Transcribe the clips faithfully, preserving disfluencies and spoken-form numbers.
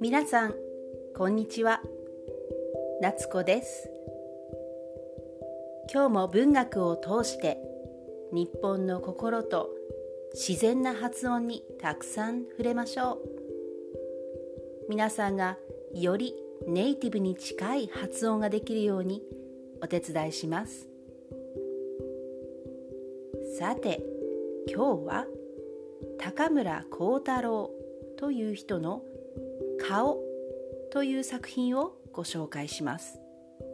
皆さん、こんにちは。夏子です。今日も文学を通して日本の心と自然な発音にたくさん触れましょう。皆さんがよりネイティブに近い発音ができるようにお手伝いします。さて、今日は高村光太郎という人の顔という作品をご紹介します。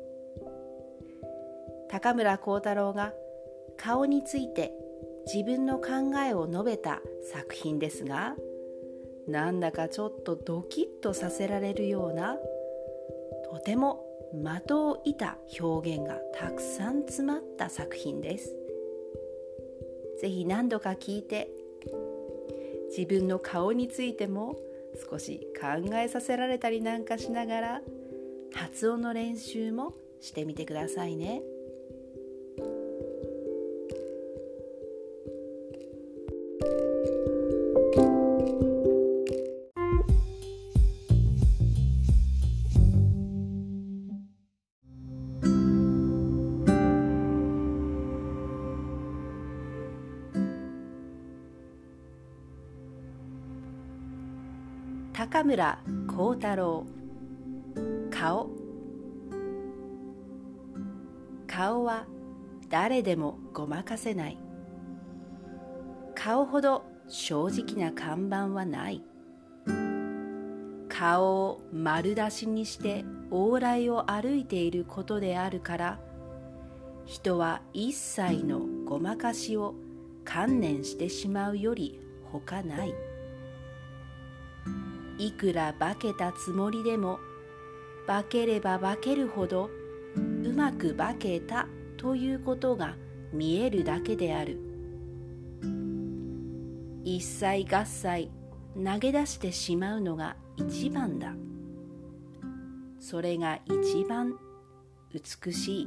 高村光太郎が顔について自分の考えを述べた作品ですが、なんだかちょっとドキッとさせられるような、とても的を射た表現がたくさん詰まった作品です。ぜひ何度か聞いて、自分の顔についても少し考えさせられたりなんかしながら、発音の練習もしてみてくださいね。高村光太郎、顔。顔は誰でもごまかせない。顔ほど正直な看板はない。顔を丸出しにして往来を歩いていることであるから、人は一切のごまかしを観念してしまうよりほかない。いくら化けたつもりでも、化ければ化けるほどうまく化けたということが見えるだけである。一切合切投げ出してしまうのが一番だ。それが一番美しい。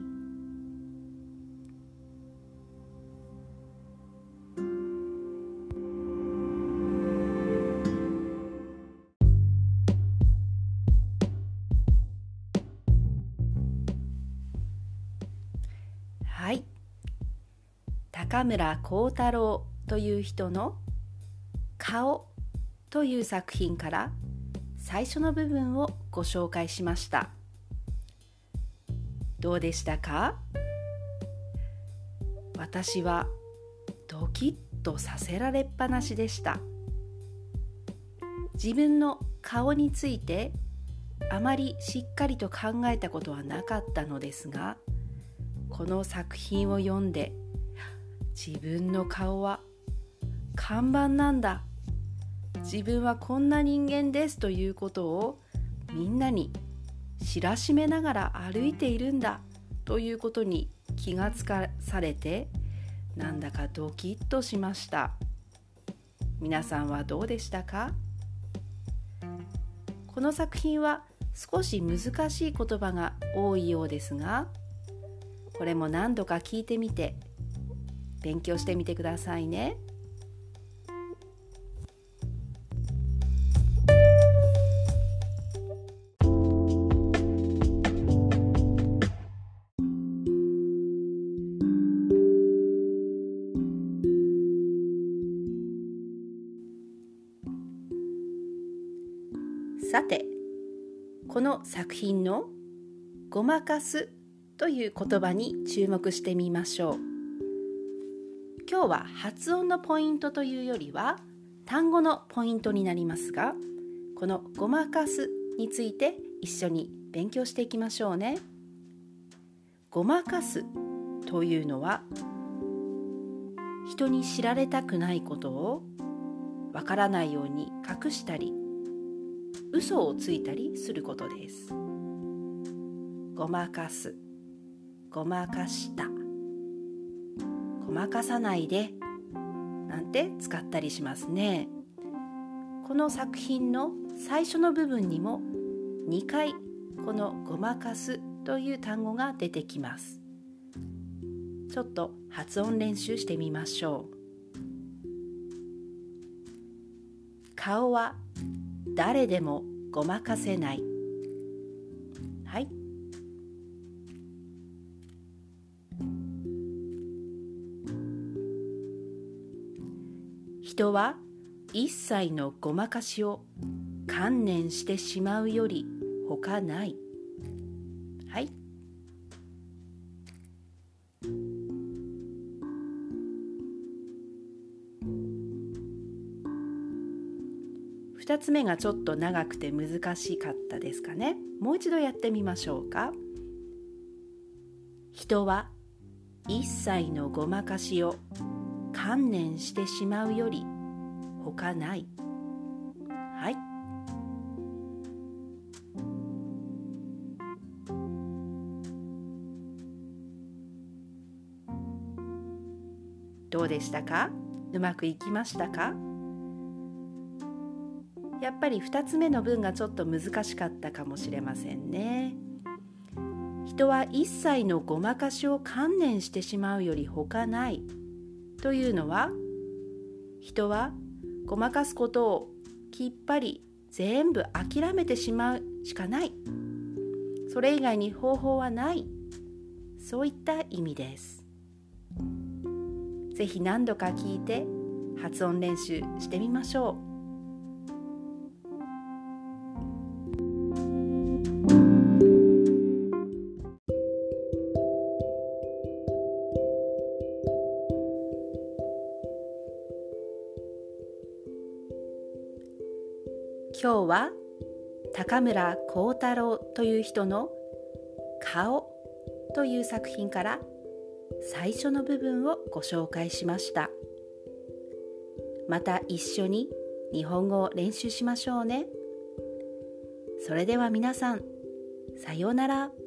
はい、高村光太郎という人の顔という作品から最初の部分をご紹介しました。どうでしたか？私はドキッとさせられっぱなしでした。自分の顔についてあまりしっかりと考えたことはなかったのですが、この作品を読んで、自分の顔は看板なんだ、自分はこんな人間ですということをみんなに知らしめながら歩いているんだということに気がつかされて、なんだかドキッとしました。皆さんはどうでしたか？この作品は少し難しい言葉が多いようですが、これも何度か聞いてみて勉強してみてくださいね。さて、この作品のごまかすという言葉に注目してみましょう。今日は発音のポイントというよりは単語のポイントになりますが、このごまかすについて一緒に勉強していきましょうね。ごまかすというのは、人に知られたくないことをわからないように隠したり、嘘をついたりすることです。ごまかす、ごまかした、ごまかさないでなんて使ったりしますね。この作品の最初の部分にもにかいこのごまかすという単語が出てきます。ちょっと発音練習してみましょう。顔は誰でもごまかせない。はい。人は一切のごまかしを観念してしまうよりほかない。はい。二つ目がちょっと長くて難しかったですかね。もう一度やってみましょうか。人は一切のごまかしを観念してしまうよりほかない。はい。どうでしたか？うまくいきましたか？やっぱりふたつめの文がちょっと難しかったかもしれませんね。人は一切のごまかしを観念してしまうよりほかないというのは、人はごまかすことをきっぱり全部諦めてしまうしかない、それ以外に方法はない、そういった意味です。ぜひ何度か聞いて発音練習してみましょう。今日は高村光太郎という人の顔という作品から最初の部分をご紹介しました。また一緒に日本語を練習しましょうね。それでは皆さん、さようなら。